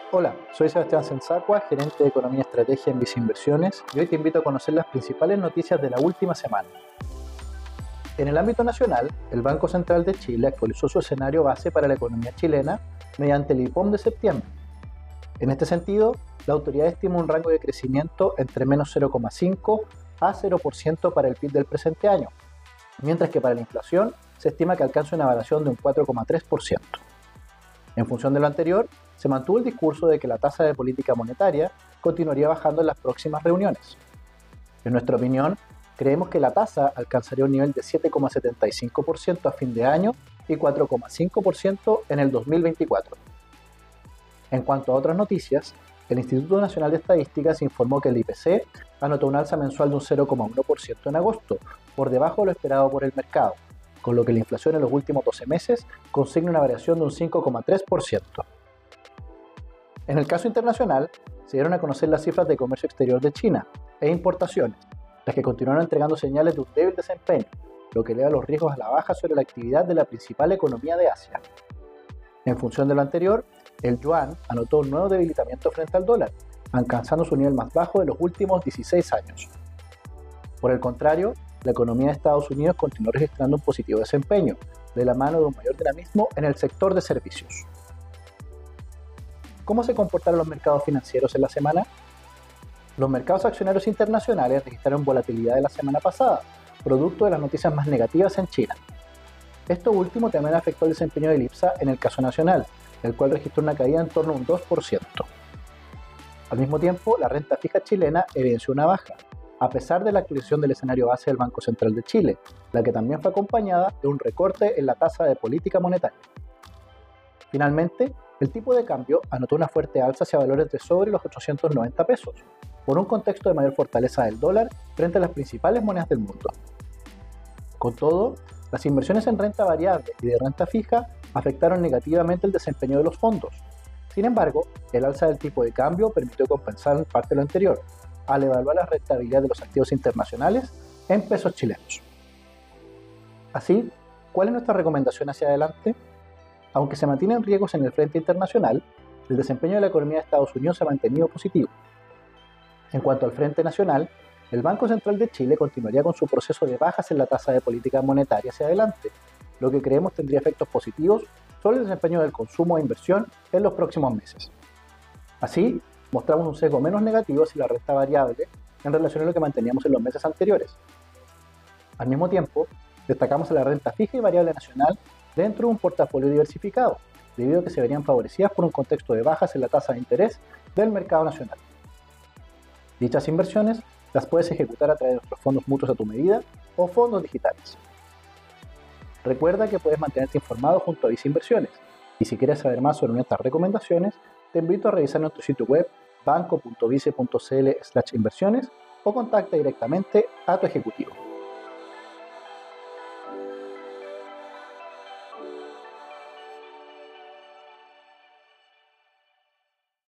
Hola, soy Sebastián Sensacua, gerente de Economía y Estrategia en Vice Inversiones, y hoy te invito a conocer las principales noticias de la última semana. En el ámbito nacional, el Banco Central de Chile actualizó su escenario base para la economía chilena mediante el IPOM de septiembre. En este sentido, la autoridad estima un rango de crecimiento entre menos 0,5 a 0% para el PIB del presente año, mientras que para la inflación se estima que alcance una variación de un 4,3%. En función de lo anterior, se mantuvo el discurso de que la tasa de política monetaria continuaría bajando en las próximas reuniones. En nuestra opinión, creemos que la tasa alcanzaría un nivel de 7,75% a fin de año y 4,5% en el 2024. En cuanto a otras noticias, el Instituto Nacional de Estadísticas informó que el IPC anotó un alza mensual de un 0,1% en agosto, por debajo de lo esperado por el mercado, con lo que la inflación en los últimos 12 meses consigna una variación de un 5,3%. En el caso internacional, se dieron a conocer las cifras de comercio exterior de China e importaciones, las que continuaron entregando señales de un débil desempeño, lo que eleva los riesgos a la baja sobre la actividad de la principal economía de Asia. En función de lo anterior, el yuan anotó un nuevo debilitamiento frente al dólar, alcanzando su nivel más bajo de los últimos 16 años. Por el contrario, la economía de Estados Unidos continuó registrando un positivo desempeño, de la mano de un mayor dinamismo en el sector de servicios. ¿Cómo se comportaron los mercados financieros en la semana? Los mercados accionarios internacionales registraron volatilidad de la semana pasada, producto de las noticias más negativas en China. Esto último también afectó el desempeño del IPSA en el caso nacional, el cual registró una caída en torno a un 2%. Al mismo tiempo, la renta fija chilena evidenció una baja, a pesar de la actualización del escenario base del Banco Central de Chile, la que también fue acompañada de un recorte en la tasa de política monetaria. Finalmente, el tipo de cambio anotó una fuerte alza hacia valores de sobre los 890 pesos, por un contexto de mayor fortaleza del dólar frente a las principales monedas del mundo. Con todo, las inversiones en renta variable y de renta fija afectaron negativamente el desempeño de los fondos. Sin embargo, el alza del tipo de cambio permitió compensar en parte lo anterior, al evaluar la rentabilidad de los activos internacionales en pesos chilenos. Así, ¿cuál es nuestra recomendación hacia adelante? Aunque se mantienen riesgos en el frente internacional, el desempeño de la economía de Estados Unidos se ha mantenido positivo. En cuanto al frente nacional, el Banco Central de Chile continuaría con su proceso de bajas en la tasa de política monetaria hacia adelante, lo que creemos tendría efectos positivos sobre el desempeño del consumo e inversión en los próximos meses. Así, mostramos un sesgo menos negativo hacia la renta variable en relación a lo que manteníamos en los meses anteriores. Al mismo tiempo, destacamos a la renta fija y variable nacional dentro de un portafolio diversificado, debido a que se verían favorecidas por un contexto de bajas en la tasa de interés del mercado nacional. Dichas inversiones las puedes ejecutar a través de nuestros fondos mutuos a tu medida o fondos digitales. Recuerda que puedes mantenerte informado junto a Vice Inversiones, y si quieres saber más sobre nuestras recomendaciones, te invito a revisar nuestro sitio web banco.vice.cl/inversiones o contacta directamente a tu ejecutivo.